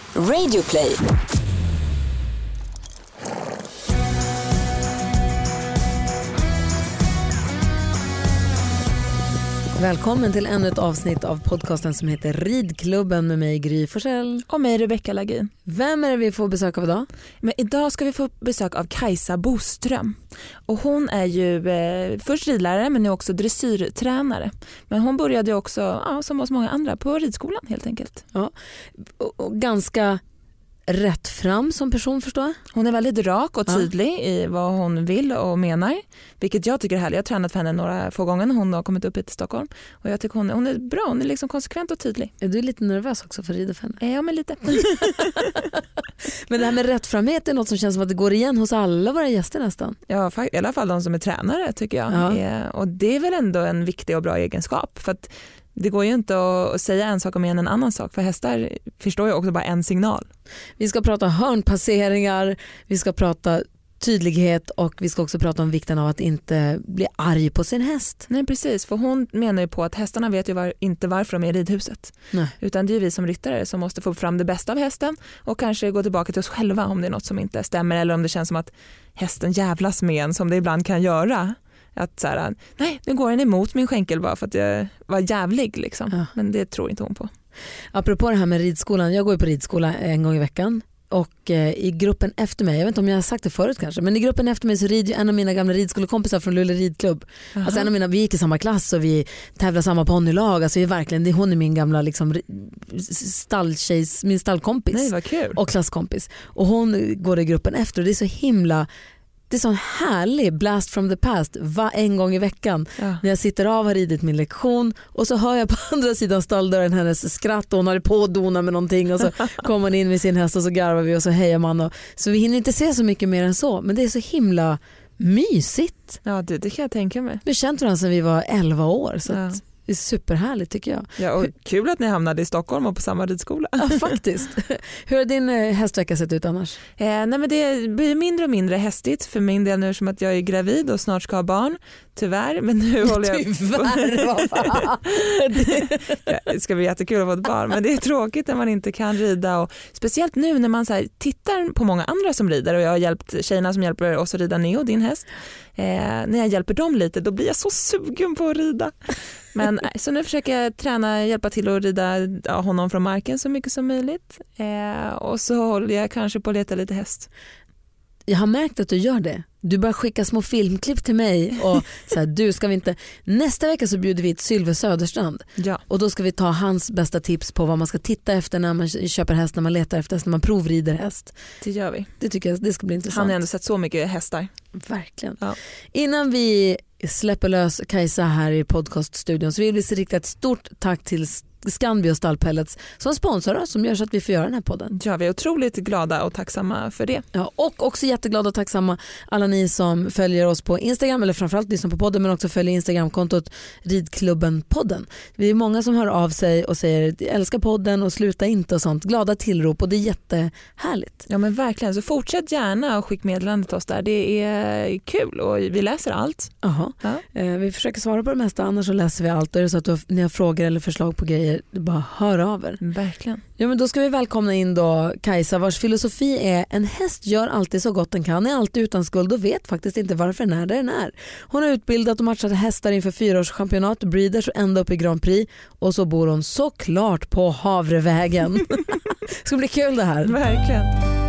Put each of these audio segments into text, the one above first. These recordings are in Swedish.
Radioplay. Välkommen till ännu ett avsnitt av podcasten som heter Ridklubben med mig Gry Forssell. Och mig Rebecca Lagin. Vem är det vi får besök av idag? Men idag ska vi få besök av Kajsa Boström. Och hon är ju först ridlärare men nu också dressyrtränare. Men hon började ju också som hos många andra på ridskolan helt enkelt. Ja, och ganska rätt fram som person förstår jag. Hon är väldigt rak och tydlig i vad hon vill och menar. Vilket jag tycker är härligt. Jag har tränat för henne några få gånger när hon har kommit upp hit till Stockholm. Och jag tycker hon är bra. Hon är liksom konsekvent och tydlig. Är du lite nervös också för att rida för henne? Ja, men lite. Men det här med rättframhet är något som känns som att det går igen hos alla våra gäster nästan. Ja, i alla fall de som är tränare tycker jag. Ja. Och det är väl ändå en viktig och bra egenskap. För att det går ju inte att säga en sak om en annan sak. För hästar förstår ju också bara en signal. Vi ska prata hörnpasseringar, vi ska prata tydlighet och vi ska också prata om vikten av att inte bli arg på sin häst. Nej, precis. För hon menar ju på att hästarna vet ju inte varför de är i ridhuset. Nej. Utan det är vi som ryttare som måste få fram det bästa av hästen och kanske gå tillbaka till oss själva om det är något som inte stämmer eller om det känns som att hästen jävlas med en som det ibland kan göra. Att så här, nej, nu går den emot min skänkel bara för att jag var jävlig liksom. Ja. Men det tror inte hon på. Apropå det här med ridskolan, jag går ju på ridskola en gång i veckan och i gruppen efter mig, jag vet inte om jag har sagt det förut kanske, men i gruppen efter mig så rider en av mina gamla ridskolekompisar från Luleå ridklubb. Alltså vi gick i samma klass och vi tävlar samma ponnylag, alltså hon är min gamla liksom min stallkompis. Nej, vad kul. Och klasskompis. Och hon går i gruppen efter och det är så himla. Det är sån härlig blast from the past en gång i veckan när jag sitter av och har ridit min lektion och så hör jag på andra sidan stalldörren hennes skratt och hon har på att dona med någonting och så kommer man in med sin häst och så garvar vi och så hejar man. Så vi hinner inte se så mycket mer än så, men det är så himla mysigt. Ja, det kan jag tänka mig. Vi har känt varandra sedan vi var 11 år så att det är superhärligt tycker jag. Ja, och kul att ni hamnade i Stockholm och på samma ridskola. Ja, faktiskt. Hur har din hästvecka sett ut annars? Nej, men det blir mindre och mindre hästigt för min del nu som att jag är gravid och snart ska ha barn. Tyvärr, men nu håller jag... Tyvärr, vad fan. Det ska bli jättekul att få ett barn, men det är tråkigt när man inte kan rida. Och speciellt nu när man så här, tittar på många andra som rider och jag har hjälpt tjejerna som hjälper oss att rida Neo, din häst. När jag hjälper dem lite, då blir jag så sugen på att rida. Men så nu försöker jag hjälpa till att rida honom från marken så mycket som möjligt. Och så håller jag kanske på att leta lite häst. Jag har märkt att du gör det. Du börjar skicka små filmklipp till mig och så här, du ska vi inte... Nästa vecka så bjuder vi till Sylve Söderstrand. Ja. Och då ska vi ta hans bästa tips på vad man ska titta efter när man köper häst, när man letar efter häst, när man provrider häst. Det gör vi. Det tycker jag det ska bli intressant. Han har ändå sett så mycket hästar. Verkligen. Ja. Innan vi släpper lös Kajsa här i podcaststudion så vill vi rikta ett stort tack till Scandby och Stallpellets som sponsrar oss, som gör så att vi får göra den här podden. Ja, vi är otroligt glada och tacksamma för det. Ja, och också jätteglada och tacksamma alla ni som följer oss på Instagram, eller framförallt ni som på podden, men också följer Instagramkontot Ridklubben-podden. Vi är många som hör av sig och säger älskar podden och sluta inte och sånt. Glada tillrop och det är jättehärligt. Ja, men verkligen. Så fortsätt gärna och skicka meddelande till oss där. Det är kul och vi läser allt. Aha. Ja. Vi försöker svara på det mesta, annars så läser vi allt. Och är det så att ni har frågor eller förslag på grejer, bara hör av er. Verkligen. Ja, men då ska vi välkomna in då Kajsa, vars filosofi är en häst gör alltid så gott den kan, är alltid utan skuld och vet faktiskt inte varför den är där den är. Hon har utbildat och matchat hästar inför 4-årschampionat, breeders och ända upp i Grand Prix och så bor hon såklart på Havrevägen. Det ska bli kul det här. Verkligen.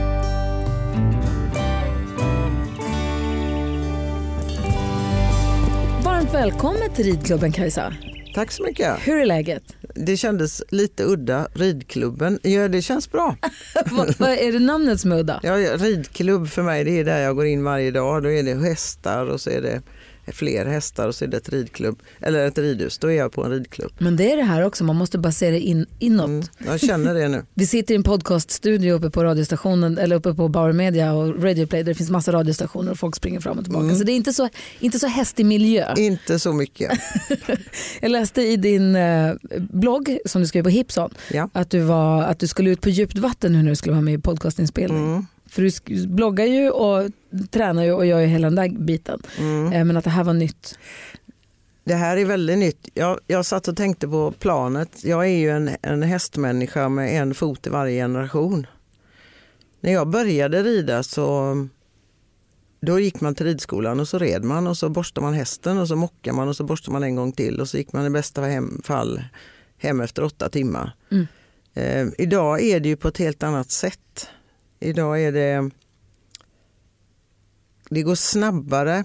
Varmt välkommen till Ridklubben, Kajsa. Tack så mycket. Hur är läget? Det kändes lite udda, ridklubben. Ja, det känns bra. Vad är det namnet som är udda? Ja, ridklubb för mig, det är där jag går in varje dag. Då är det hästar och så är det fler hästar och så är det ett ridklubb. Eller ett ridhus, då är jag på en ridklubb. Men det är det här också, man måste bara se det inåt. Jag känner det nu. Vi sitter i en podcaststudio uppe på radiostationen, eller uppe på Bauer Media och Radioplay, där det finns massa radiostationer och folk springer fram och tillbaka. Så det är inte så hästig miljö. Inte så mycket. Jag läste i din blogg som du skrev på Hipson att du skulle ut på djupt vatten nu när du skulle vara med i podcastinspelning. För du bloggar ju och tränar ju och gör ju hela den där biten. Men att det här var nytt. Det här är väldigt nytt. Jag satt och tänkte på planet. Jag är ju en hästmänniska med en fot i varje generation. När jag började rida så då gick man till ridskolan och så red man och så borstade man hästen och så mockade man och så borstade man en gång till och så gick man i bästa fall hem efter 8 timmar. Idag är det ju på ett helt annat sätt. Idag är det går snabbare.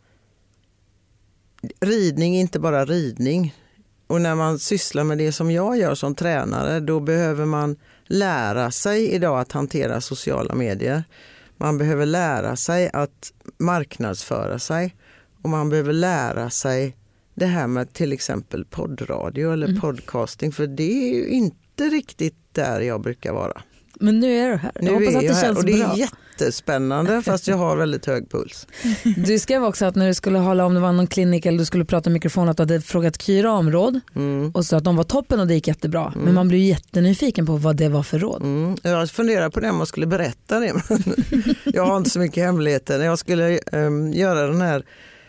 Ridning är inte bara ridning. Och när man sysslar med det som jag gör som tränare, då behöver man lära sig idag att hantera sociala medier. Man behöver lära sig att marknadsföra sig och man behöver lära sig det här med till exempel poddradio eller podcasting, för det är ju inte riktigt där jag brukar vara. Men nu är du här. Nu hoppas är att det jag här känns och det är bra. jättespännande fast jag har väldigt hög puls. Du skrev också att när du skulle hålla, om det var någon klinik eller du skulle prata i mikrofon, att du hade frågat Kyra om råd och så att de var toppen och det gick jättebra. Men man blev jättenyfiken på vad det var för råd. Jag funderar på det om man skulle berätta det. Jag har inte så mycket hemligheter. När jag skulle göra den här,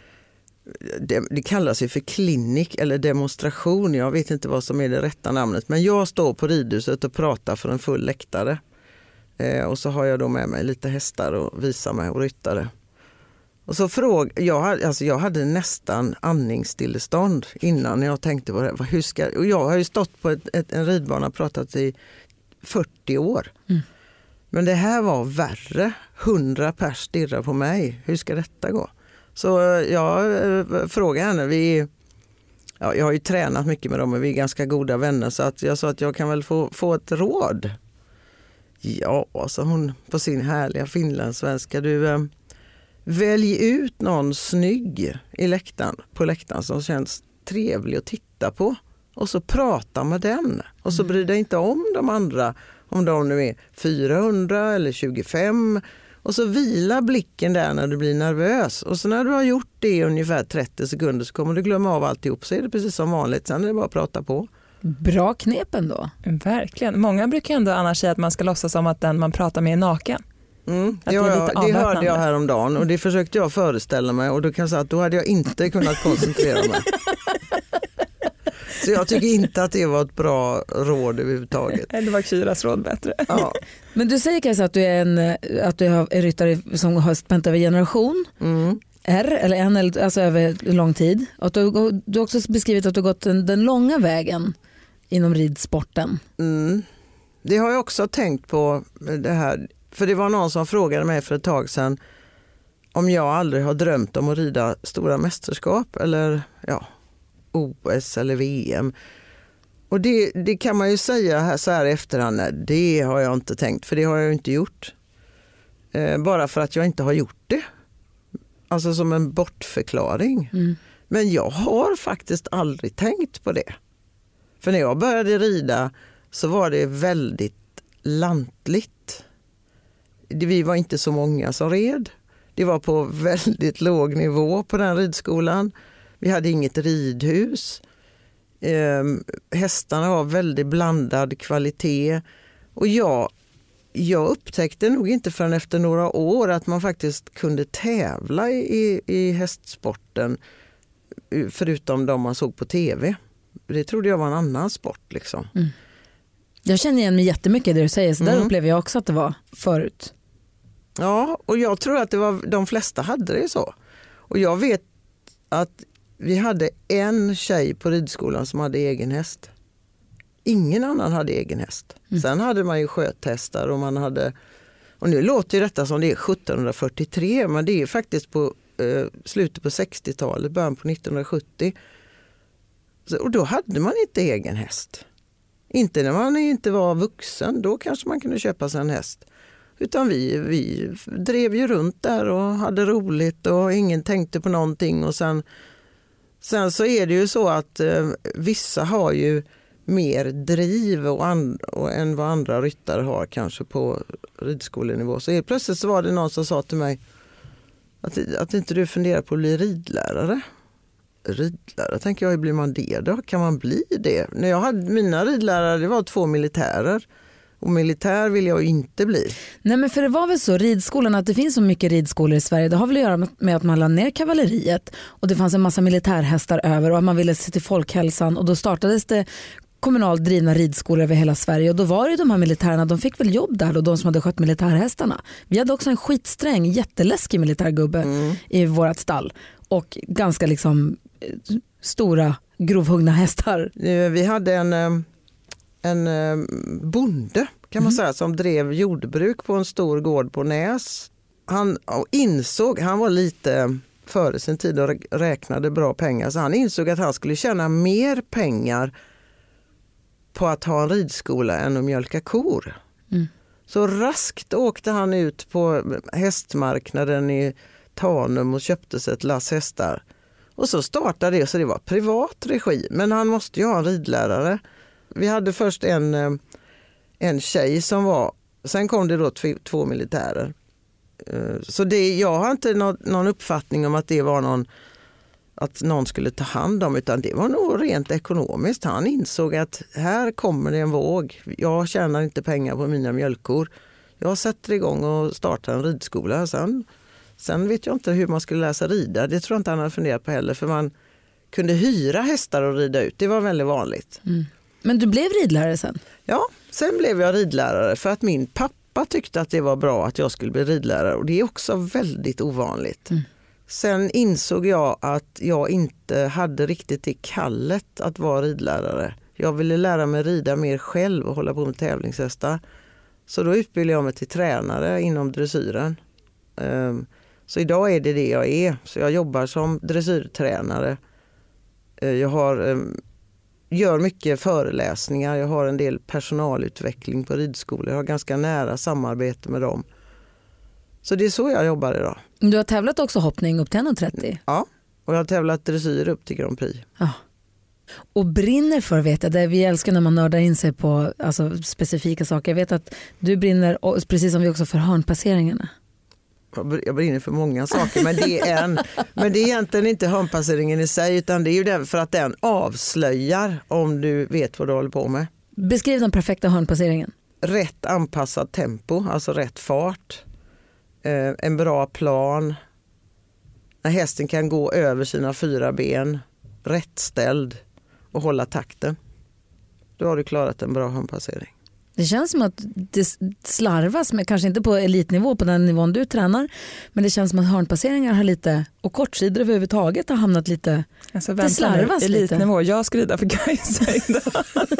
det kallas ju för klinik eller demonstration. Jag vet inte vad som är det rätta namnet. Men jag står på ridhuset och pratar för en full läktare. Och så har jag då med mig lite hästar och visar mig och ryttare. Och så jag hade nästan andningsstillestånd innan jag tänkte på det. Och jag har ju stått på en ridbana och pratat i 40 år. Men det här var värre. 100 pers stirrar på mig. Hur ska detta gå? Så jag frågade henne. Jag har ju tränat mycket med dem och vi är ganska goda vänner. Så att jag sa att jag kan väl få ett råd. Ja, sa hon på sin härliga finlandssvenska. Du, välj ut någon snygg på läktaren som känns trevlig att titta på. Och så prata med den. Och så bry dig inte om de andra. Om de nu är 400 eller 25. Och så vila blicken där när du blir nervös. Och så när du har gjort det i ungefär 30 sekunder så kommer du glömma av alltihop. Så är det precis som vanligt. Sen är det bara att prata på. Bra knep ändå. Verkligen. Många brukar ändå annars säga att man ska låtsas som att den man pratar med är naken. Det hörde jag häromdagen och det försökte jag föreställa mig. Och då kan jag säga att då hade jag inte kunnat koncentrera mig. Så jag tycker inte att det var ett bra råd överhuvudtaget. Det var Kyras råd bättre. Ja. Men du säger Kajsa att du är en ryttare som har spänt över generation. Alltså över lång tid. Och du har också beskrivit att du har gått den långa vägen inom ridsporten. Det har jag också tänkt på det här. För det var någon som frågade mig för ett tag sedan om jag aldrig har drömt om att rida stora mästerskap eller OS eller VM. Och det kan man ju säga så här i efterhand. Det har jag inte tänkt, för det har jag inte gjort. Bara för att jag inte har gjort det. Alltså som en bortförklaring. Men jag har faktiskt aldrig tänkt på det. För när jag började rida så var det väldigt lantligt. Vi var inte så många som red. Det var på väldigt låg nivå på den ridskolan. Vi hade inget ridhus. Hästarna var väldigt blandad kvalitet. Och jag upptäckte nog inte förrän efter några år att man faktiskt kunde tävla i hästsporten. Förutom de man såg på tv. Det trodde jag var en annan sport liksom. Jag känner igen mig jättemycket i det du säger. Så där upplever jag också att det var förut. Ja, och jag tror att de flesta hade det så. Och jag vet att vi hade en tjej på ridskolan som hade egen häst. Ingen annan hade egen häst. Sen hade man ju sköthästar och man hade... Och nu låter ju detta som det är 1743, men det är faktiskt på slutet på 60-talet, början på 1970. Och då hade man inte egen häst. Inte när man inte var vuxen, då kanske man kunde köpa sig en häst. Utan vi drev ju runt där och hade roligt och ingen tänkte på någonting. Och sen så är det ju så att vissa har ju mer driv än vad andra ryttare har kanske på ridskolenivå. Så helt plötsligt så var det någon som sa till mig att inte du funderar på att bli ridlärare. Ridlärare, tänker jag, hur blir man det då? Kan man bli det? När jag hade mina ridlärare, det var 2 militärer. Och militär vill jag inte bli. Nej, men för det var väl så, ridskolan, att det finns så mycket ridskolor i Sverige, det har väl att göra med att man lade ner kavalleriet och det fanns en massa militärhästar över och att man ville se till folkhälsan, och då startades det kommunalt drivna ridskolor över hela Sverige, och då var det de här militärerna, de fick väl jobb där, och de som hade skött militärhästarna. Vi hade också en skitsträng, jätteläskig militärgubbe i vårat stall och ganska liksom stora grovhuggna hästar. Vi hade en bonde kan man säga, som drev jordbruk på en stor gård på Näs. Han var lite före sin tid och räknade bra pengar, så han insåg att han skulle tjäna mer pengar på att ha en ridskola än att mjölka kor. Så raskt åkte han ut på hästmarknaden i Tanum och köpte sig ett lass hästar. Och så startade det, så det var privat regi. Men han måste ju ha en ridlärare. Vi hade först en tjej som var, sen kom det då 2 militärer. Så jag har inte någon uppfattning om att det var att någon skulle ta hand om, utan det var nog rent ekonomiskt. Han insåg att här kommer det en våg. Jag tjänar inte pengar på mina mjölkkor. Jag sätter igång och startar en ridskola. Sen vet jag inte hur man skulle läsa rida. Det tror jag inte han hade funderat på heller, för man kunde hyra hästar och rida ut. Det var väldigt vanligt. Men du blev ridlärare sen? Ja, sen blev jag ridlärare för att min pappa tyckte att det var bra att jag skulle bli ridlärare, och det är också väldigt ovanligt. Sen insåg jag att jag inte hade riktigt det kallet att vara ridlärare. Jag ville lära mig rida mer själv och hålla på med tävlingshästar. Så då utbildade jag mig till tränare inom dressyren. Så idag är det jag är. Så jag jobbar som dressyrtränare. Jag gör mycket föreläsningar. Jag har en del personalutveckling på ridskolor. Jag har ganska nära samarbete med dem. Så det är så jag jobbar idag. Du har tävlat också hoppning upp till 1,30? Ja, och jag har tävlat dressyr upp till Grand Prix. Ja. Och brinner för, vet jag, det vi älskar när man nördar in sig på alltså, specifika saker. Jag vet att du brinner, precis som vi också, för hörnpasseringarna. Jag brinner för många saker, men det är egentligen inte hörnpasseringen i sig, utan det är ju den för att den avslöjar om du vet vad du håller på med. Beskriv den perfekta hörnpasseringen. Rätt anpassat tempo, alltså rätt fart. En bra plan. När hästen kan gå över sina 4 ben, rättställd och hålla takten. Då har du klarat en bra hörnpassering. Det känns som att det slarvas, med, kanske inte på elitnivå på den nivån du tränar, men det känns som att hörnpasseringar har lite, och kortsidor överhuvudtaget har hamnat lite, alltså, det slarvas nu, elitnivå, lite. Jag ska rida för Kajsa idag.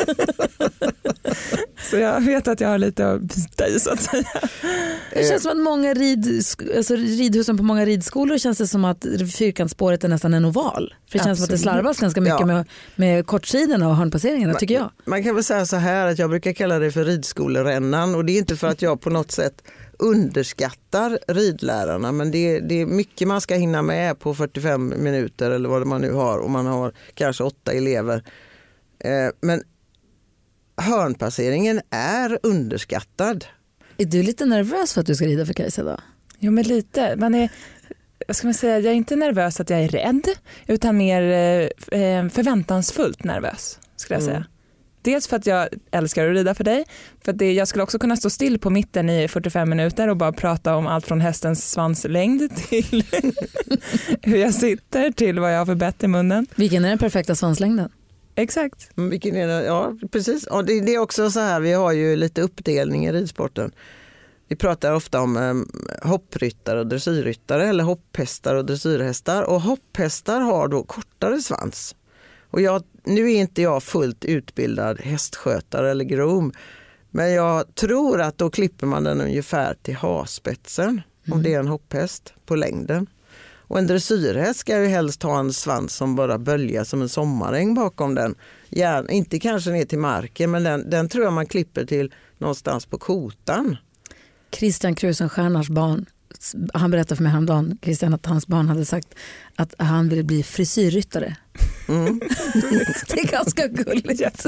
Så jag vet att jag har lite att bita i, så att säga. Det känns som att många ridhusen på många ridskolor känns det som att fyrkantsspåret är nästan en oval. För det känns som att det slarvas ganska mycket med kortsidorna och hörnpasseringarna, tycker jag. Man kan väl säga så här att jag brukar kalla det för ridskolerännan, och det är inte för att jag på något sätt underskattar ridlärarna, men det är mycket man ska hinna med på 45 minuter eller vad man nu har, och man har kanske 8 elever. Men hörnpasseringen är underskattad. Är du lite nervös för att du ska rida för Kajsa då? Jo, men lite. Vad ska man säga, jag är inte nervös att jag är rädd, utan mer förväntansfullt nervös, skulle jag säga. Dels för att jag älskar att rida för dig, för att jag skulle också kunna stå still på mitten i 45 minuter och bara prata om allt från hästens svanslängd till hur jag sitter, till vad jag har för bett i munnen. Vilken är den perfekta svanslängden? Exakt. Vilken är det? Ja, precis. Och det är också så här, vi har ju lite uppdelning i ridsporten. Vi pratar ofta om hoppryttare och dressyrryttare, eller hopphästar och dressyrhästar. Och hopphästar har då kortare svans. Och nu är inte jag fullt utbildad hästskötare eller groom, men jag tror att då klipper man den ungefär till haspetsen, om det är en hopphäst, på längden. Och en dressyrhäst ska ju helst ha en svans som bara böljar som en sommaräng bakom den. Inte kanske ner till marken, men den tror jag man klipper till någonstans på kotan. Christian Krusenstjärnars barn, han berättade för mig häromdagen, Christian, att hans barn hade sagt att han ville bli frisyrryttare. Det är ganska gulligt.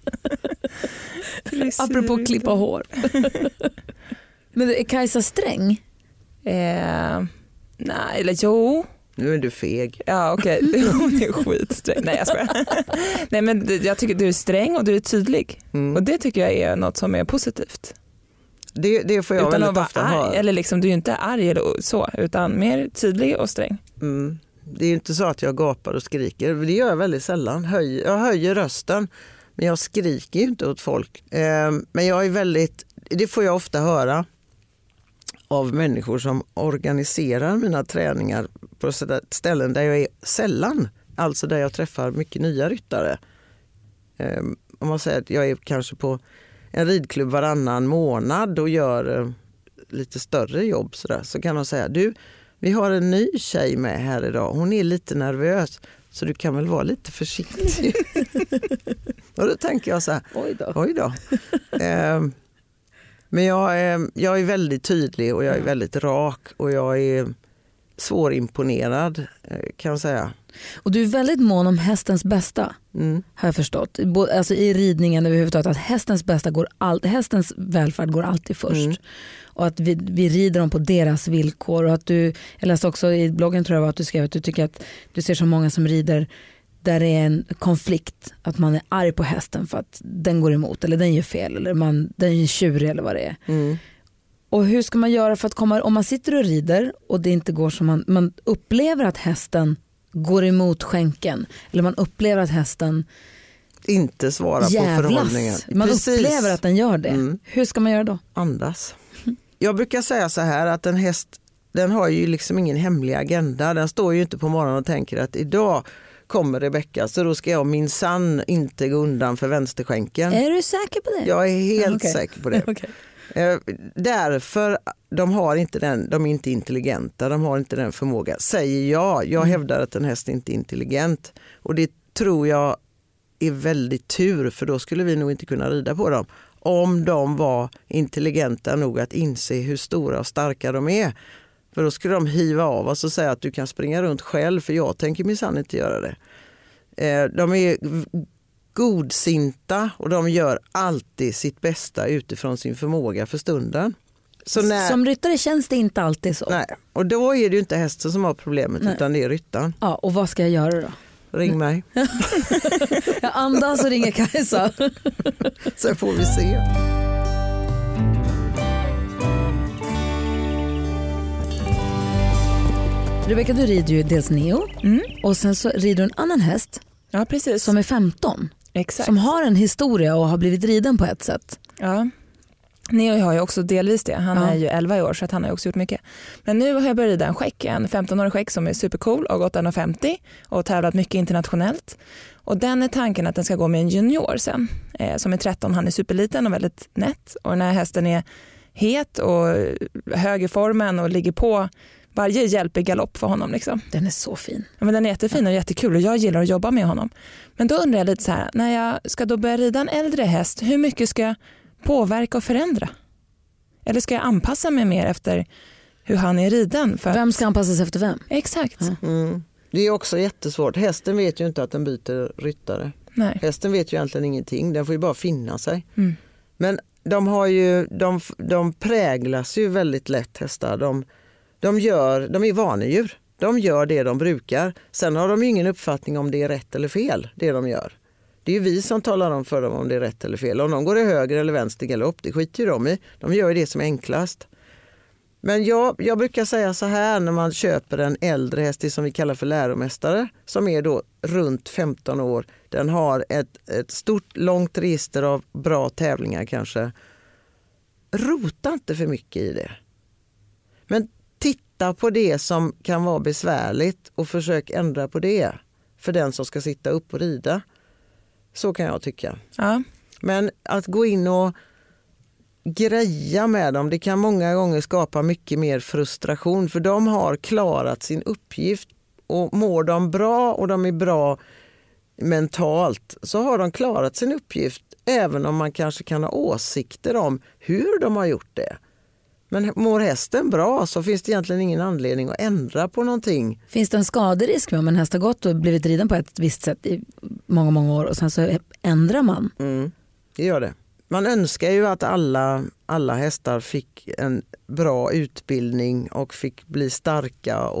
Apropå klippa hår. Men är Kajsa sträng? Nej, eller jo. Nu är du feg. Ja, okej. Hon är skitsträng. Nej, jag skojar. Nej, men jag tycker du är sträng och du är tydlig. Och det tycker jag är något som är positivt. Det får jag utan väldigt ofta höra. Eller liksom, du är inte arg eller så, utan mer tydlig och sträng. Det är inte så att jag gapar och skriker. Det gör jag väldigt sällan. Jag höjer rösten, men jag skriker ju inte åt folk. Men jag är väldigt, det får jag ofta höra av människor som organiserar mina träningar på ställen där jag är sällan. Alltså där jag träffar mycket nya ryttare. Om man säger att jag är kanske på en ridklubb varannan månad och gör lite större jobb så kan de säga, du, vi har en ny tjej med här idag. Hon är lite nervös, så du kan väl vara lite försiktig. Och då tänker jag så här, oj då. Men jag är väldigt tydlig och jag är väldigt rak och jag är svårimponerad, kan jag säga. Och du är väldigt mån om hästens bästa, har jag förstått. Alltså i ridningen överhuvudtaget, att hästens välfärd går alltid först. Och att vi rider dem på deras villkor. Och att jag läste också i bloggen, tror jag, att du skrev att du tycker att du ser så många som rider där det är en konflikt, att man är arg på hästen för att den går emot eller den gör fel eller den är tjurig eller vad det är. Och hur ska man göra för att om man sitter och rider och det inte går som man upplever att hästen går emot skänken, eller man upplever att hästen inte svarar på förhållningen. Man upplever att den gör det. Hur ska man göra då? Andas. Jag brukar säga så här, att en häst, den har ju liksom ingen hemlig agenda. Den står ju inte på morgonen och tänker att idag kommer Rebecka, så då ska jag minsann inte gå undan för vänsterskänken. Är du säker på det? Jag är helt säker på det. Okay. Därför de är inte intelligenta, de har inte den förmågan. Säger jag hävdar att en häst inte är intelligent, och det tror jag är väldigt tur, för då skulle vi nog inte kunna rida på dem om de var intelligenta nog att inse hur stora och starka de är. För då skulle de hiva av oss och säga att du kan springa runt själv, för jag tänker minsann inte göra det. De är godsinta och de gör alltid sitt bästa utifrån sin förmåga för stunden. Som ryttare känns det inte alltid så. Nej, och då är det ju inte hästen som har problemet, utan det är ryttaren. Ja, och vad ska jag göra då? Ring mig. Jag andas och ringer Kajsa. Så får vi se. Rebecka, du rider ju dels Neo och sen så rider du en annan häst, ja, precis, som är 15. Exakt. Som har en historia och har blivit riden på ett sätt. Ja. Neo har ju också delvis det. Han är ju 11 år, så att han har också gjort mycket. Men nu har jag börjat rida en skäck, en 15-årig skäck som är supercool och gått 1,50 och tävlat mycket internationellt. Och den är tanken att den ska gå med en junior sen, som är 13. Han är superliten och väldigt nätt. Och den här hästen är het och hög i formen och ligger på varje hjälp i galopp för honom. Liksom. Den är så fin. Ja, men den är jättefin och jättekul, och jag gillar att jobba med honom. Men då undrar jag lite så här, när jag ska då börja rida en äldre häst, hur mycket ska jag påverka och förändra? Eller ska jag anpassa mig mer efter hur han är riden? Vem ska anpassas efter vem? Exakt. Det är också jättesvårt. Hästen vet ju inte att den byter ryttare. Nej. Hästen vet ju egentligen ingenting. Den får ju bara finna sig. Men de präglas ju väldigt lätt, hästar. De är vanedjur. De gör det de brukar. Sen har de ju ingen uppfattning om det är rätt eller fel, det de gör. Det är ju vi som talar om för dem om det är rätt eller fel. Om de går i höger eller vänster galopp, det skiter ju de i. De gör ju det som är enklast. Men jag brukar säga så här, när man köper en äldre häst, det som vi kallar för läromästare, som är då runt 15 år. Den har ett stort, långt register av bra tävlingar kanske. Rota inte för mycket i det. Men titta på det som kan vara besvärligt och försök ändra på det för den som ska sitta upp och rida. Så kan jag tycka. Ja. Men att gå in och greja med dem, det kan många gånger skapa mycket mer frustration, för de har klarat sin uppgift, och mår de bra och de är bra mentalt, så har de klarat sin uppgift, även om man kanske kan ha åsikter om hur de har gjort det. Men mår hästen bra, så finns det egentligen ingen anledning att ändra på någonting. Finns det en skaderisk med om en häst har gått och blivit riden på ett visst sätt i många, många år och sen så ändrar man? Det gör det. Man önskar ju att alla hästar fick en bra utbildning och fick bli starka och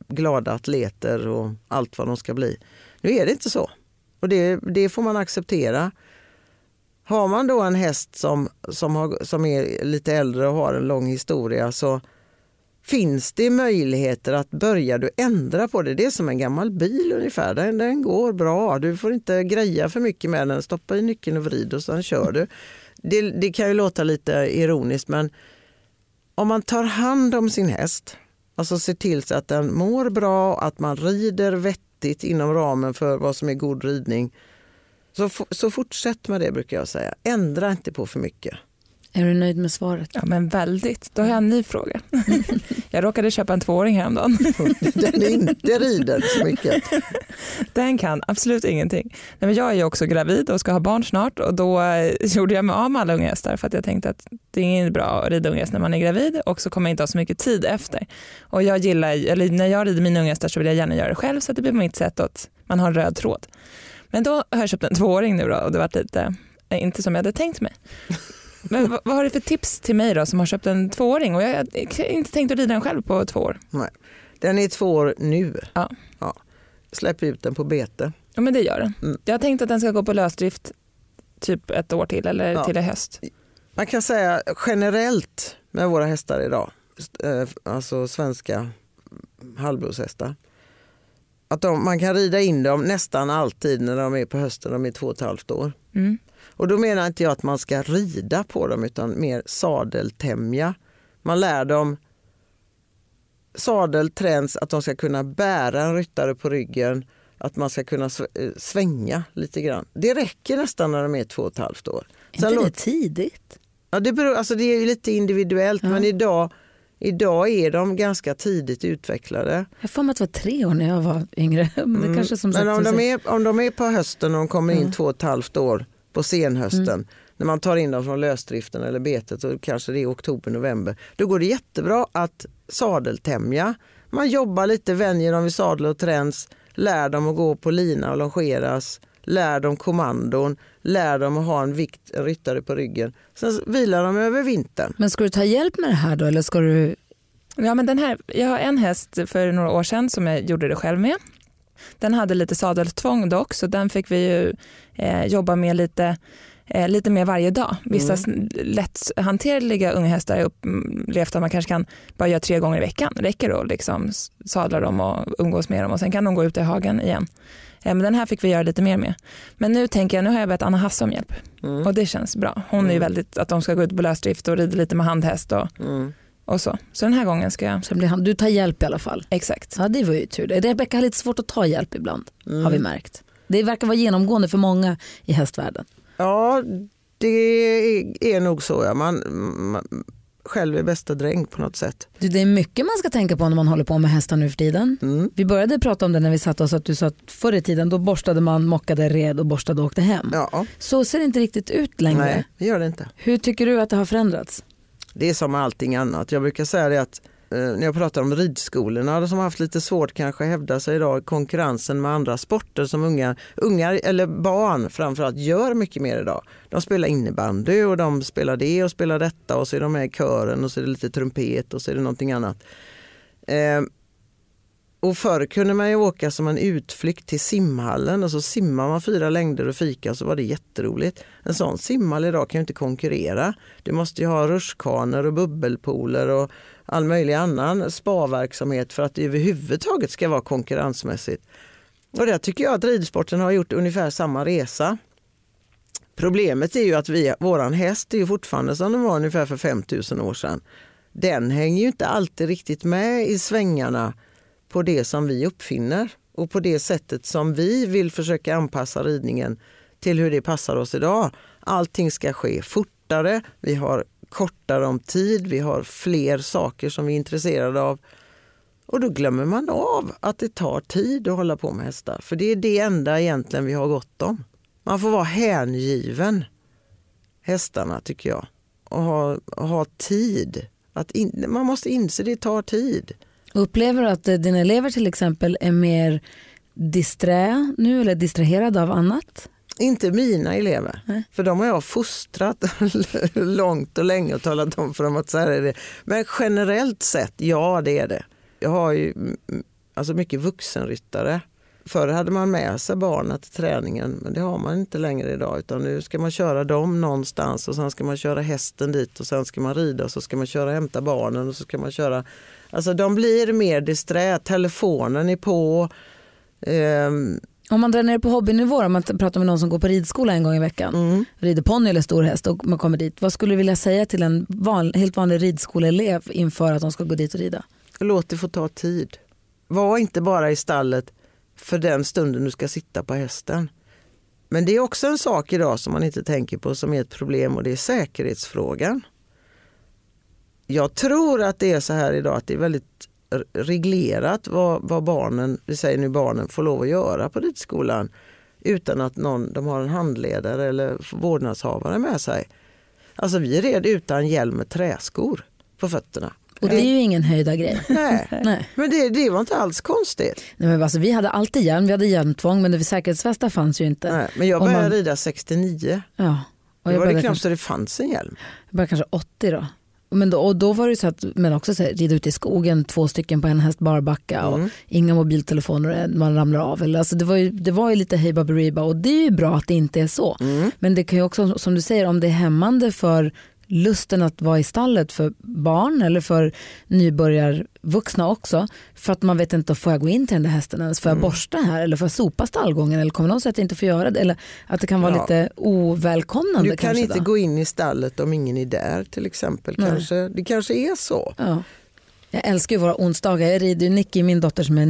glada atleter och allt vad de ska bli. Nu är det inte så. Och det får man acceptera. Har man då en häst som är lite äldre och har en lång historia, så finns det möjligheter att börja du ändra på det. Det är som en gammal bil ungefär. Den går bra. Du får inte greja för mycket med den. Stoppa i nyckeln och vrid och sen kör du. Det kan ju låta lite ironiskt, men om man tar hand om sin häst, alltså ser till så att den mår bra, att man rider vettigt inom ramen för vad som är god ridning, så fortsätt med det, brukar jag säga. Ändra inte på för mycket. Är du nöjd med svaret? Ja, men väldigt. Då har jag en ny fråga. Jag råkade köpa en 2-åring häromdagen. Den inte rider så mycket. Den kan absolut ingenting. Nej, men jag är ju också gravid och ska ha barn snart, och då gjorde jag mig av med alla unghästar för att jag tänkte att det är inte bra att rida unghäst när man är gravid, och så kommer jag inte ha så mycket tid efter. Och jag när jag rider mina unghästar så vill jag gärna göra det själv, så att det blir på mitt sätt att man har en röd tråd. Men då har jag köpt en 2-åring nu då, och det var lite inte som jag hade tänkt mig. Men vad har du för tips till mig då som har köpt en 2-åring och jag har inte tänkt att rida den själv på 2 år? Nej. Den är 2 år nu. Ja. Släpp ut den på bete. Ja, men det gör den. Jag har tänkt att den ska gå på lösdrift typ 1 år till eller till i höst. Man kan säga generellt med våra hästar idag, alltså svenska halvblodshästar, att man kan rida in dem nästan alltid när de är på hösten, de är 2,5 år. Mm. Och då menar inte jag att man ska rida på dem, utan mer sadeltämja. Man lär dem sadelträns, att de ska kunna bära en ryttare på ryggen, att man ska kunna svänga lite grann. Det räcker nästan när de är 2,5 år. Är inte det tidigt? Ja, det är ju lite individuellt, men idag är de ganska tidigt utvecklade. Jag får mig att det var 3 år när jag var yngre. Men det kanske som sagt, men om de är på hösten och de kommer in 2,5 år på senhösten, när man tar in dem från lösdriften eller betet, och kanske det är oktober, november, då går det jättebra att sadeltämja. Man jobbar lite, vänjer dem vid sadel och träns, lär dem att gå på lina och longeras, lär dem kommandon, lär dem att ha en ryttare på ryggen. Sen vilar de över vintern. Men ska du ta hjälp med det här då, eller ska du... Ja, men jag har en häst för några år sedan som jag gjorde det själv med. Den hade lite sadeltvång dock, så den fick vi ju jobba med lite mer varje dag. Vissa lätthanterliga unga hästar har upplevt att man kanske kan bara göra 3 gånger i veckan. Räcker då liksom sadla dem och umgås med dem, och sen kan de gå ut i hagen igen. Men den här fick vi göra lite mer med. Men nu har jag bett Anna Hasse om hjälp. Och det känns bra. Hon är ju väldigt att de ska gå ut på lösdrift och rida lite med handhäst och så. Så den här gången ska jag... Så du tar hjälp i alla fall? Exakt. Ja, det var ju tur. Rebecka har lite svårt att ta hjälp ibland, har vi märkt. Det verkar vara genomgående för många i hästvärlden. Ja, det är nog så. Ja. Man själv är bästa dräng på något sätt. Det är mycket man ska tänka på när man håller på med hästar nu för tiden. Vi började prata om det när vi satt oss, att du sa att förr i tiden då borstade man, mockade, red och borstade och åkte hem. Ja. Så ser det inte riktigt ut längre. Nej, det gör det inte. Hur tycker du att det har förändrats? Det är som allting annat. Jag brukar säga det att när jag pratar om ridskolorna som har haft lite svårt kanske att hävda sig idag i konkurrensen med andra sporter som unga eller barn framförallt gör mycket mer idag. De spelar innebandy och de spelar det och spelar detta, och så är de med i kören och så är det lite trumpet och så är det någonting annat. Och förr kunde man ju åka som en utflykt till simhallen och så simmar man 4 längder och fika, så var det jätteroligt. En sån simhall idag kan ju inte konkurrera. Du måste ju ha rutschkanor och bubbelpooler och all möjlig annan spaverksamhet för att det överhuvudtaget ska vara konkurrensmässigt. Och där tycker jag att ridsporten har gjort ungefär samma resa. Problemet är ju att våran häst är ju fortfarande som den var ungefär för 5 000 år sedan. Den hänger ju inte alltid riktigt med i svängarna på det som vi uppfinner och på det sättet som vi vill försöka anpassa ridningen till hur det passar oss idag. Allting ska ske fortare, vi har kortare om tid, vi har fler saker som vi är intresserade av. Och då glömmer man av att det tar tid att hålla på med hästar. För det är det enda egentligen vi har gott om. Man får vara hängiven hästarna, tycker jag. Och ha tid. Man måste inse det tar tid. Upplever du att dina elever till exempel är mer nu eller distraherade av annat? Inte mina elever. Nej. För de har jag fostrat långt och länge och talat om för dem att så här är det. Men generellt sett, ja det är det. Jag har ju alltså mycket vuxenryttare. Förr hade man med sig barnen till träningen, men det har man inte längre idag, utan nu ska man köra dem någonstans och sen ska man köra hästen dit och sen ska man rida och så ska man köra och hämta barnen och så ska man köra. Alltså de blir mer disträ, telefonen är på. Om man drar ner på hobbynivå, om man pratar med någon som går på ridskola en gång i veckan, rider ponny eller stor häst och man kommer dit, vad skulle du vilja säga till en helt vanlig ridskoleelev inför att de ska gå dit och rida? Låt det få ta tid. Var inte bara i stallet för den stunden du ska sitta på hästen. Men det är också en sak idag som man inte tänker på som är ett problem, och det är säkerhetsfrågan. Jag tror att det är så här idag att det är väldigt reglerat vad barnen, vi säger nu barnen, får lov att göra på ridskolan utan att de har en handledare eller vårdnadshavare med sig. Alltså vi red utan hjälm med träskor på fötterna. Och det är ju ingen höjda grej. Nej. Men det var inte alls konstigt. Nej, men alltså, vi hade alltid hjälm, vi hade hjälmtvång, men det säkerhetsvästar fanns ju inte. Nej, men jag började rida 69. Ja. Och det var det knappt så det fanns en hjälm. Jag började kanske 80 då. Men då var det så att men också så här, rida ut i skogen 2 stycken på en häst barbacka och inga mobiltelefoner man ramlar av. Eller, alltså det var ju lite hej baberiba, och det är ju bra att det inte är så. Men det kan ju också, som du säger, om det är hämmande för lusten att vara i stallet för barn eller för nybörjarvuxna också, för att man vet inte, får jag gå in till den där hästen ens, får jag borsta här eller får jag sopa stallgången eller kommer någon säga att jag inte får göra det, eller att det kan vara lite ovälkomnande. Du kan inte gå in i stallet om ingen är där till exempel. Det kanske är så. Ja. Jag älskar ju våra onsdagar. Jag rider ju Nicky, min dotter som är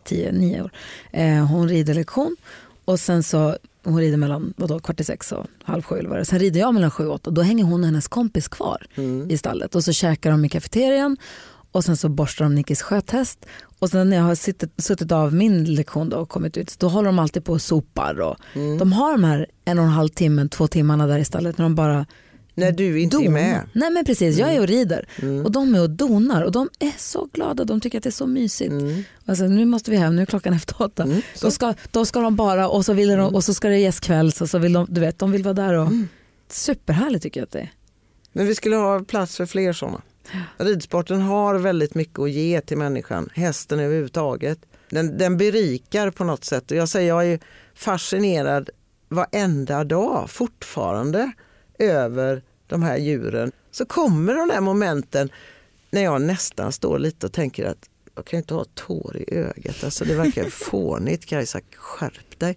9 år. Hon rider lektion och sen så hon rider mellan 6:15 och 6:30 eller vad det är. Sen rider jag mellan 7 och 8. Då hänger hon och hennes kompis kvar i stallet. Och så käkar de i kafeterian. Och sen så borstar de Nickis sköthäst. Och sen när jag har suttit av min lektion då och kommit ut, då håller de alltid på och sopar. Och de har de här 1,5 timmen, 2 timmarna där i stallet när de bara... När du inte är med. Nej men precis, jag är och rider. Och de är och donar och de är så glada. De tycker att det är så mysigt. Alltså, nu måste vi hem, nu är klockan efter 8. Då ska de bara, och så vill de, och så ska det ges kvälls, och så vill de, du vet, de vill vara där. Och superhärligt tycker jag att det är. Men vi skulle ha plats för fler sådana. Ridsporten har väldigt mycket att ge till människan. Hästen överhuvudtaget. Den berikar på något sätt. Och jag säger, jag är fascinerad varenda dag fortfarande över de här djuren. Så kommer de där momenten när jag nästan står lite och tänker att jag kan inte ha tår i ögat. Alltså det verkar fånigt. Kajsa, skärp dig.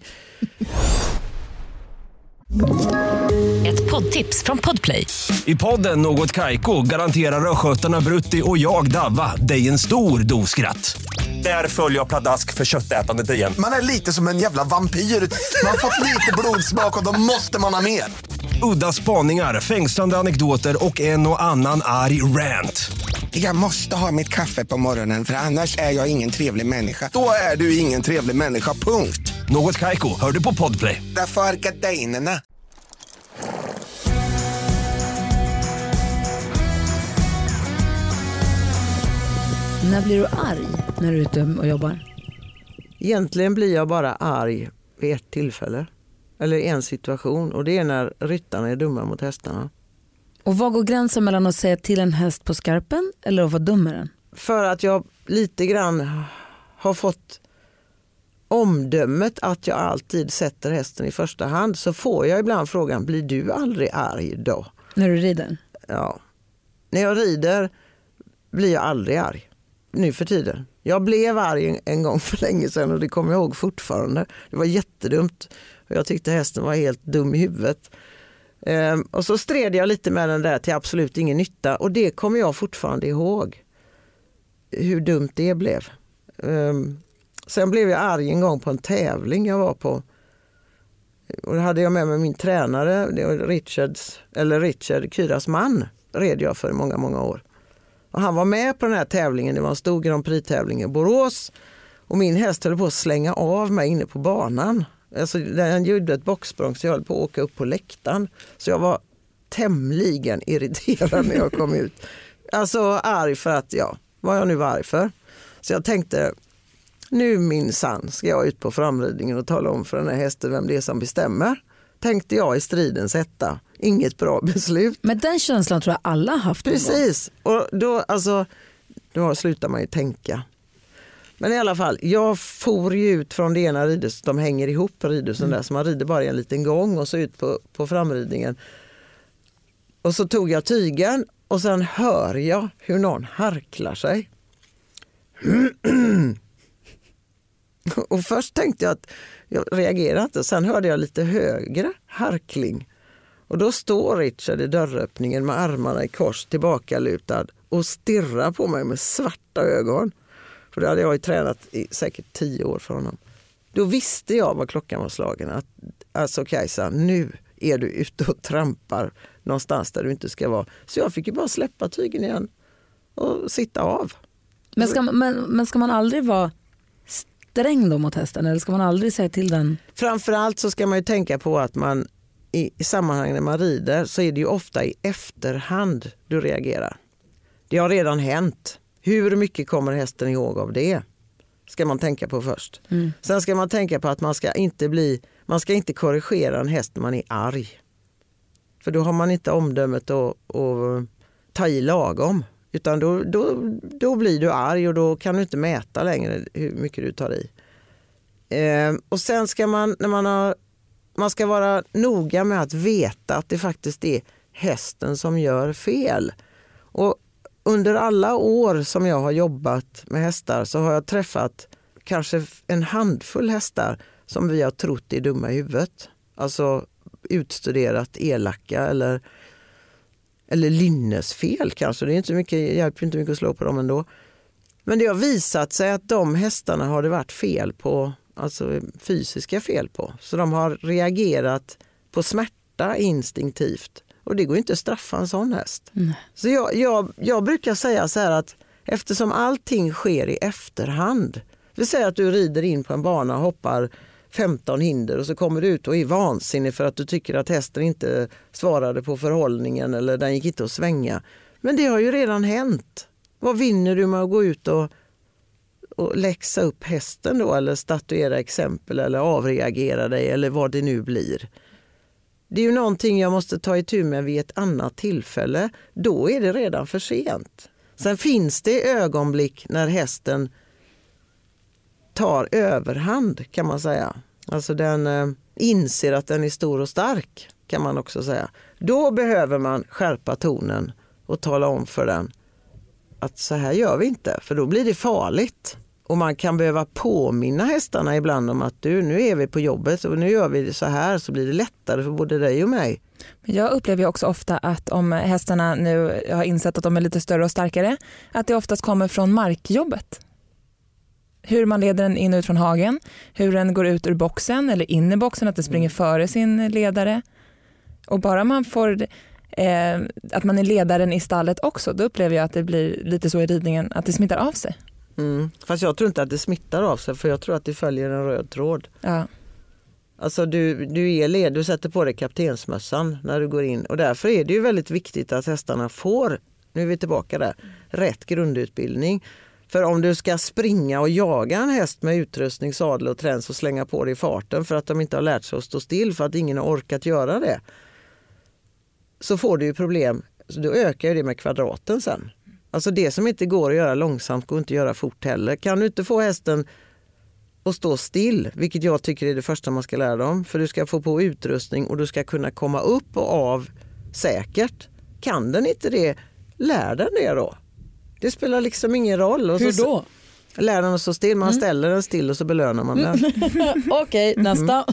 Ett poddtips från Podplay. I podden Något Kaiko garanterar röskötarna Brutti och jag Davva dig en stor doskratt. Där följer jag pladask för köttätandet igen. Man är lite som en jävla vampyr. Man har fått lite blodsmak och då måste man ha mer. Udda spaningar, fängslande anekdoter och en och annan arg rant. Jag måste ha mitt kaffe på morgonen för annars är jag ingen trevlig människa. Då är du ingen trevlig människa, punkt. Något Kaiko, hör du på Podplay. Därför är gardinerna. När blir du arg när du är ute och jobbar? Egentligen blir jag bara arg vid ett tillfälle. Eller en situation. Och det är när ryttarna är dumma mot hästarna. Och vad går gränsen mellan att säga till en häst på skarpen eller att vara dum med den? För att jag lite grann har fått omdömet att jag alltid sätter hästen i första hand, så får jag ibland frågan, blir du aldrig arg då? När du rider? Ja. När jag rider blir jag aldrig arg. Nu för tiden. Jag blev arg en gång för länge sedan och det kommer jag ihåg fortfarande. Det var jättedumt. Jag tyckte hästen var helt dum i huvudet. Och så stred jag lite med den där till absolut ingen nytta. Och det kommer jag fortfarande ihåg. Hur dumt det blev. Sen blev jag arg en gång på en tävling jag var på. Och då hade jag med mig min tränare. Det var Richard Kyras man. Red jag för många, många år. Och han var med på den här tävlingen. Det var en stor Grand Prix-tävling i Borås. Och min häst höll på att slänga av mig inne på banan. Alltså, den gjorde ett boxsprång så jag höll på att åka upp på läktaren. Så jag var tämligen irriterad när jag kom ut. Alltså arg för att, vad jag nu var arg för. Så jag tänkte, nu minsann ska jag ut på framridningen och tala om för den här hästen vem det är som bestämmer. Tänkte jag i stridens hetta. Inget bra beslut. Men den känslan tror jag alla haft. Precis. Och då slutar man ju tänka. Men i alla fall, jag for ju ut från det ena ridhuset, de hänger ihop ridhusen där, så man rider bara en liten gång och så ut på framridningen. Och så tog jag tygen och sen hör jag hur någon harklar sig. Och först tänkte jag att jag reagerade inte, sen hörde jag lite högre harkling. Och då står Richard i dörröppningen med armarna i kors tillbakalutad och stirrar på mig med svarta ögon. För det hade jag ju tränat i säkert 10 år för honom. Då visste jag vad klockan var slagen. Att, alltså Kajsa, nu är du ute och trampar någonstans där du inte ska vara. Så jag fick ju bara släppa tygen igen och sitta av. Men ska man aldrig vara sträng då mot hästen, eller ska man aldrig säga till den? Framförallt så ska man ju tänka på att man i sammanhang när man rider så är det ju ofta i efterhand du reagerar. Det har redan hänt. Hur mycket kommer hästen ihåg av det? Ska man tänka på först. Sen ska man tänka på att man ska inte korrigera en häst när man är arg. För då har man inte omdömet att ta i lagom. Utan då blir du arg och då kan du inte mäta längre hur mycket du tar i. Och sen ska man ska vara noga med att veta att det faktiskt är hästen som gör fel. Och under alla år som jag har jobbat med hästar så har jag träffat kanske en handfull hästar som vi har trott är dumma i huvudet. Alltså utstuderat elaka eller lynnesfel kanske. Det är inte mycket, hjälper inte mycket att slå på dem ändå. Men det har visat sig att de hästarna har det varit fel på, alltså fysiska fel på. Så de har reagerat på smärta instinktivt. Och det går inte att straffa en sån häst. Så jag brukar säga så här att eftersom allting sker i efterhand. Vi säger att du rider in på en bana och hoppar 15 hinder och så kommer du ut och är vansinnig för att du tycker att hästen inte svarade på förhållningen eller den gick inte att svänga. Men det har ju redan hänt. Vad vinner du med att gå ut och läxa upp hästen då, eller statuera exempel eller avreagera dig eller vad det nu blir? Det är ju någonting jag måste ta itu med vid ett annat tillfälle. Då är det redan för sent. Sen finns det ögonblick när hästen tar överhand, kan man säga. Alltså den inser att den är stor och stark, kan man också säga. Då behöver man skärpa tonen och tala om för den att så här gör vi inte, för då blir det farligt. Och man kan behöva påminna hästarna ibland om att nu är vi på jobbet och nu gör vi det så här, så blir det lättare för både dig och mig. Jag upplever ju också ofta att om hästarna nu har insett att de är lite större och starkare, att det oftast kommer från markjobbet. Hur man leder den in och ut från hagen, hur den går ut ur boxen eller in i boxen, att den springer före sin ledare. Och bara man får att man är ledaren i stallet också, då upplever jag att det blir lite så i ridningen att det smittar av sig. Fast jag tror inte att det smittar av sig, för jag tror att det följer en röd tråd. Ja. Alltså du är led, du sätter på dig kaptensmössan när du går in, och därför är det ju väldigt viktigt att hästarna får, nu är vi tillbaka där, rätt grundutbildning. För om du ska springa och jaga en häst med utrustning, sadel och träns och slänga på dig i farten för att de inte har lärt sig att stå still, för att ingen har orkat göra det, så får du ju problem. Så då ökar ju det med kvadraten sen. Alltså det som inte går att göra långsamt går inte att göra fort heller. Kan du inte få hästen att stå still, vilket jag tycker är det första man ska lära dem, för du ska få på utrustning och du ska kunna komma upp och av säkert. Kan den inte det, lär den det då. Det spelar liksom ingen roll. Och hur då? Lär den att stå still, man ställer den still och så belönar man den. Okej, nästa.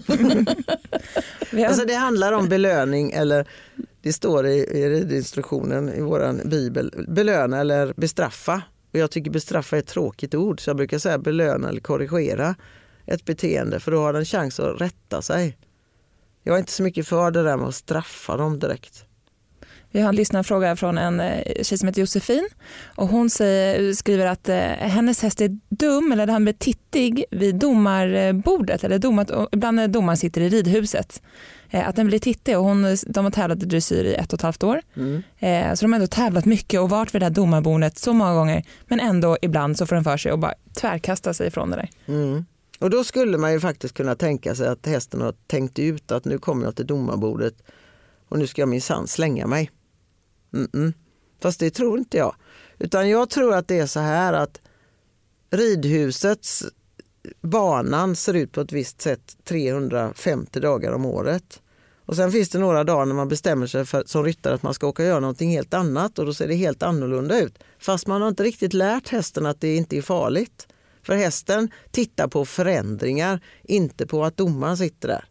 Alltså det handlar om belöning, eller det står i ridinstruktionen i våran bibel, belöna eller bestraffa. Och jag tycker bestraffa är ett tråkigt ord, så jag brukar säga belöna eller korrigera ett beteende, för då har den chans att rätta sig. Jag är inte så mycket för det där med att straffa dem direkt. Vi har en lyssnarfråga från en tjej som heter Josefin, och hon skriver att hennes häst är dum, eller han blir tittig vid domarbordet, eller ibland när domaren sitter i ridhuset. Att den blir tittig, och de har tävlat i dressyr i 1,5 år. Så de har ändå tävlat mycket och varit vid det här domarbordet så många gånger, men ändå ibland så får den för sig och bara tvärkasta sig ifrån det där. Och då skulle man ju faktiskt kunna tänka sig att hästen har tänkt ut att nu kommer jag till domarbordet och nu ska jag minsann slänga mig. Fast det tror inte jag. Utan jag tror att det är så här att ridhusets banan ser ut på ett visst sätt 350 dagar om året. Och sen finns det några dagar när man bestämmer sig för, som ryttare, att man ska åka och göra någonting helt annat, och då ser det helt annorlunda ut. Fast man har inte riktigt lärt hästen att det inte är farligt. För hästen tittar på förändringar, inte på att domaren sitter där.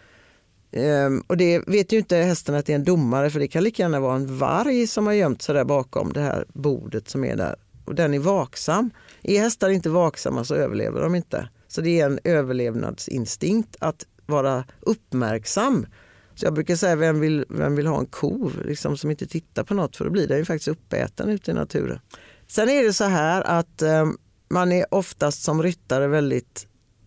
Och det vet ju inte hästen att det är en domare, för det kan lika gärna vara en varg som har gömt sig där bakom det här bordet som är där. Och den är vaksam. Är hästar inte vaksamma så överlever de inte. Så det är en överlevnadsinstinkt att vara uppmärksam. Så jag brukar säga, vem vill ha en ko liksom, som inte tittar på något, för då blir den ju faktiskt uppäten ute i naturen. Sen är det så här att man är oftast som ryttare väldigt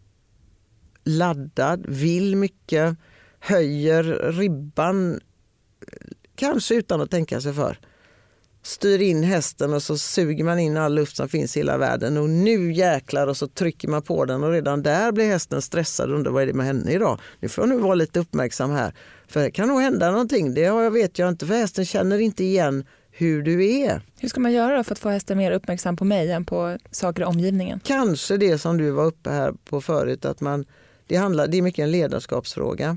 laddad, vill mycket, höjer ribban, kanske utan att tänka sig för. Styr in hästen och så suger man in all luft som finns i hela världen, och nu jäklar, och så trycker man på den, och redan där blir hästen stressad och undrar vad är det med henne idag. Nu får jag nu vara lite uppmärksam här, för det kan nog hända någonting. Det vet jag inte, för hästen känner inte igen hur du är. Hur ska man göra för att få hästen mer uppmärksam på mig än på saker i omgivningen? Kanske det som du var uppe här på förut, att det är mycket en ledarskapsfråga.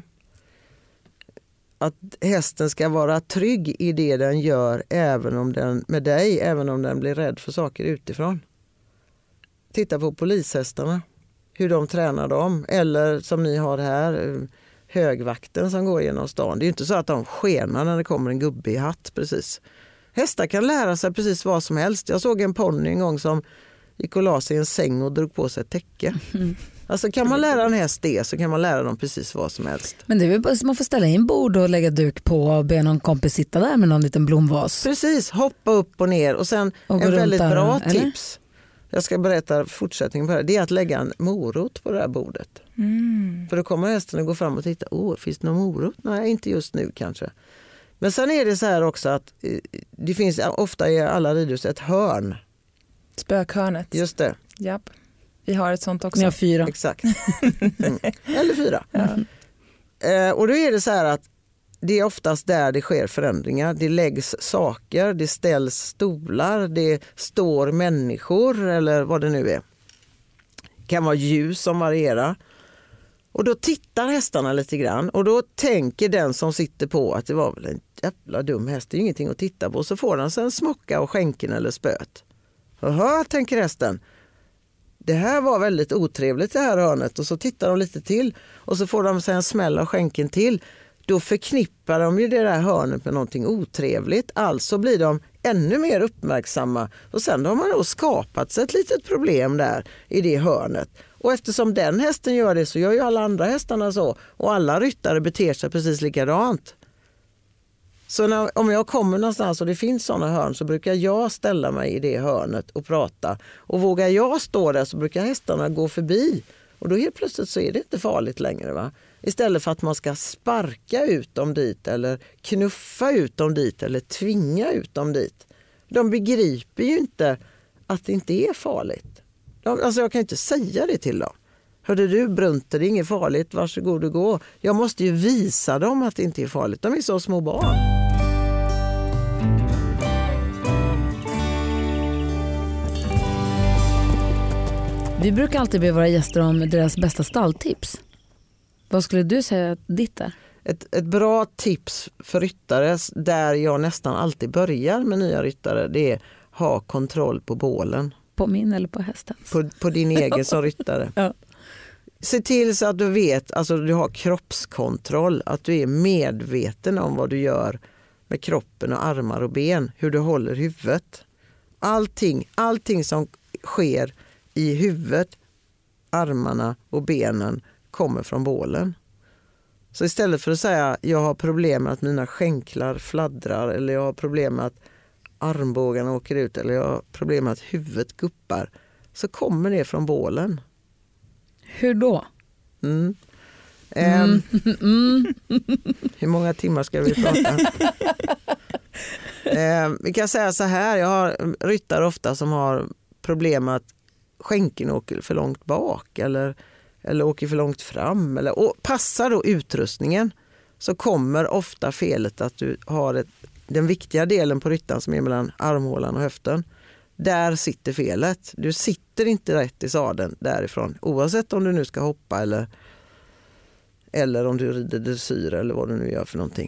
Att hästen ska vara trygg i det den gör även om den blir rädd för saker utifrån. Titta på polishästarna, hur de tränar dem. Eller som ni har här, högvakten som går genom stan. Det är ju inte så att de skenar när det kommer en gubbe i hatt precis. Hästar kan lära sig precis vad som helst. Jag såg en ponny en gång som gick och la sig i en säng och drog på sig ett täcke. Alltså kan man lära en häst det, så kan man lära dem precis vad som helst. Men det är väl bara så man får ställa in bord och lägga duk på och be någon kompis sitta där med någon liten blomvas. Precis, hoppa upp och ner. Och sen och en väldigt där, bra eller? tips. Jag ska berätta fortsättningen på det här. Det är att lägga en morot på det här bordet. För då kommer hästen att gå fram och titta. Finns det någon morot? Nej, inte just nu kanske. Men sen är det så här också att det finns ofta i alla ridhus ett hörn. Spökhörnet. Just det. Japp. Vi har ett sånt också. Ni har 4. Exakt. Eller 4. Och då är det så här att det är oftast där det sker förändringar. Det läggs saker, det ställs stolar, det står människor eller vad det nu är. Det kan vara ljus som varierar. Och då tittar hästarna lite grann, och då tänker den som sitter på att det var väl en jävla dum häst, det är ingenting att titta på. Så får den sen smocka och skänken eller spöt. Jaha, tänker hästen. Det här var väldigt otrevligt, det här hörnet. Och så tittar de lite till och så får de sen smälla och skänken till. Då förknippar de ju det där hörnet med någonting otrevligt. Alltså blir de ännu mer uppmärksamma. Och sen har man då skapat sig ett litet problem där i det hörnet. Och eftersom den hästen gör det, så gör ju alla andra hästarna så. Och alla ryttare beter sig precis likadant. Så om jag kommer någonstans och det finns sådana hörn, så brukar jag ställa mig i det hörnet och prata. Och vågar jag stå där, så brukar hästarna gå förbi. Och då helt plötsligt så är det inte farligt längre, va? Istället för att man ska sparka ut dem dit eller knuffa ut dem dit eller tvinga ut dem dit. De begriper ju inte att det inte är farligt. Alltså jag kan inte säga det till dem. Hörde du, Brunter, det är inget farligt, varsågod och gå. Jag måste ju visa dem att det inte är farligt. De är så små barn. Vi brukar alltid be våra gäster om deras bästa stalltips. Vad skulle du säga att ditt är? Ett bra tips för ryttare, där jag nästan alltid börjar med nya ryttare, det är ha kontroll på bålen. På min eller på hästens? På din egen som ryttare. Ja. Se till så att du vet, alltså du har kroppskontroll, att du är medveten om vad du gör med kroppen och armar och ben, hur du håller huvudet. Allting som sker i huvudet, armarna och benen kommer från bålen. Så istället för att säga jag har problem med att mina skänklar fladdrar, eller jag har problem med att armbågarna åker ut, eller jag har problem med att huvudet guppar, så kommer det från bålen. Hur då? Hur många timmar ska vi prata? Vi kan säga så här, jag har ryttare ofta som har problem med att skänken åker för långt bak eller åker för långt fram. Och passar då utrustningen, så kommer ofta felet att du har den viktiga delen på ryttaren som är mellan armhålan och höften. Där sitter felet. Du sitter inte rätt i sadeln därifrån. Oavsett om du nu ska hoppa eller om du rider dressyr eller vad du nu gör för någonting.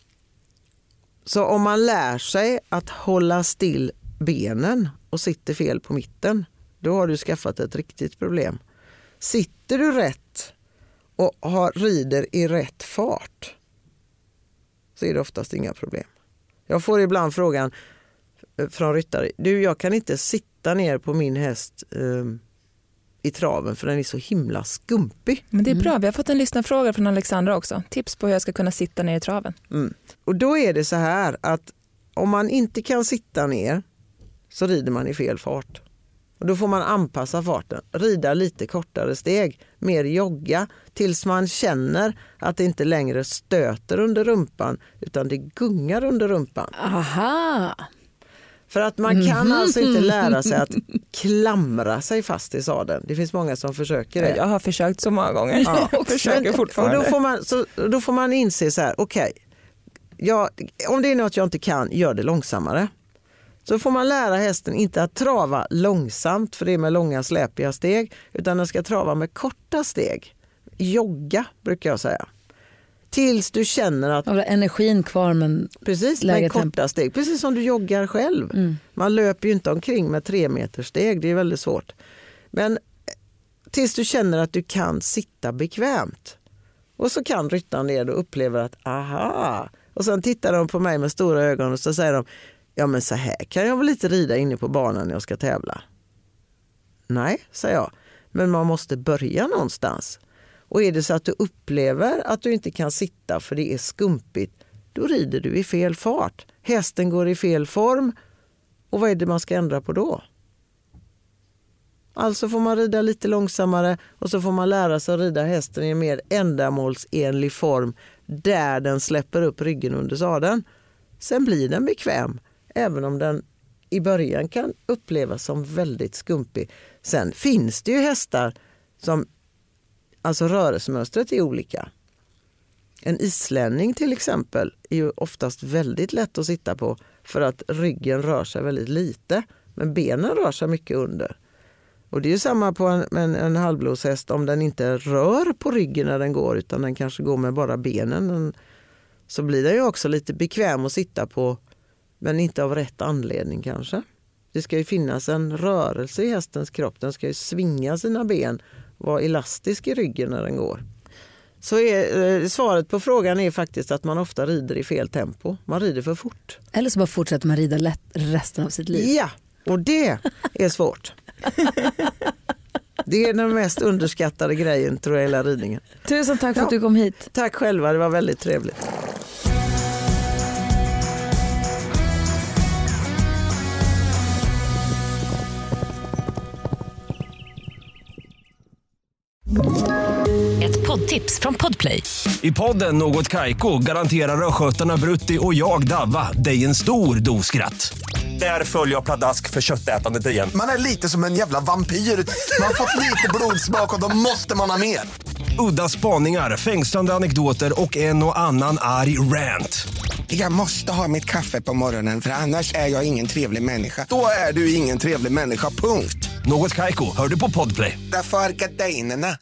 Så om man lär sig att hålla still benen och sitter fel på mitten, då har du skaffat ett riktigt problem. Sitter du rätt och rider i rätt fart, så är det oftast inga problem. Jag får ibland frågan från ryttare, jag kan inte sitta ner på min häst i traven för den är så himla skumpig. Men det är bra, vi har fått en lyssnarfråga från Alexandra också. Tips på hur jag ska kunna sitta ner i traven. Och då är det så här att om man inte kan sitta ner så rider man i fel fart. Och då får man anpassa farten, rida lite kortare steg, mer jogga tills man känner att det inte längre stöter under rumpan utan det gungar under rumpan. Aha! För att man kan alltså inte lära sig att klamra sig fast i sadeln. Det finns många som försöker det. Jag har försökt så många gånger och försöker fortfarande. Och då får man inse så här, okej, om det är något jag inte kan, gör det långsammare. Så får man lära hästen inte att trava långsamt, för det är med långa släpiga steg, utan den ska trava med korta steg. Jogga brukar jag säga. Tills du känner att... energin kvar men precis, med korta steg. Precis som du joggar själv. Man löper ju inte omkring med 3 meters steg, det är väldigt svårt. Men tills du känner att du kan sitta bekvämt. Och så kan ryttaren ner och upplever att aha. Och sen tittar de på mig med stora ögon och så säger de, ja men så här kan jag väl inte rida inne på banan när jag ska tävla. Nej, säger jag. Men man måste börja någonstans. Och är det så att du upplever att du inte kan sitta för det är skumpigt, då rider du i fel fart. Hästen går i fel form. Och vad är det man ska ändra på då? Alltså får man rida lite långsammare och så får man lära sig att rida hästen i en mer ändamålsenlig form där den släpper upp ryggen under sadeln. Sen blir den bekväm, även om den i början kan upplevas som väldigt skumpig. Sen finns det ju hästar som, alltså rörelsemönstret är olika. En islänning till exempel är ju oftast väldigt lätt att sitta på för att ryggen rör sig väldigt lite, men benen rör sig mycket under. Och det är ju samma på en halvblodshäst, om den inte rör på ryggen när den går utan den kanske går med bara benen, så blir den ju också lite bekväm att sitta på, men inte av rätt anledning kanske. Det ska ju finnas en rörelse i hästens kropp, den ska ju svinga sina ben, vara elastisk i ryggen när den går. Så svaret på frågan är faktiskt att man ofta rider i fel tempo. Man rider för fort. Eller så bara fortsätter man rida lätt resten av sitt liv. Ja, och det är svårt. Det är den mest underskattade grejen tror jag i hela ridningen. Tusen tack för att du kom hit. Tack själva, det var väldigt trevligt. Ett poddtips från Podplay. I podden Något Kaiko garanterar röskötarna Brutti och jag Davva dig en stor doskratt. Där följer jag pladask för köttätandet igen. Man är lite som en jävla vampyr. Man har fått lite blodsmak och då måste man ha mer. Udda spaningar, fängslande anekdoter och en och annan arg rant. Jag måste ha mitt kaffe på morgonen för annars är jag ingen trevlig människa. Då är du ingen trevlig människa, punkt. Något Kaiko, hör du på Podplay. Därför är gardinerna.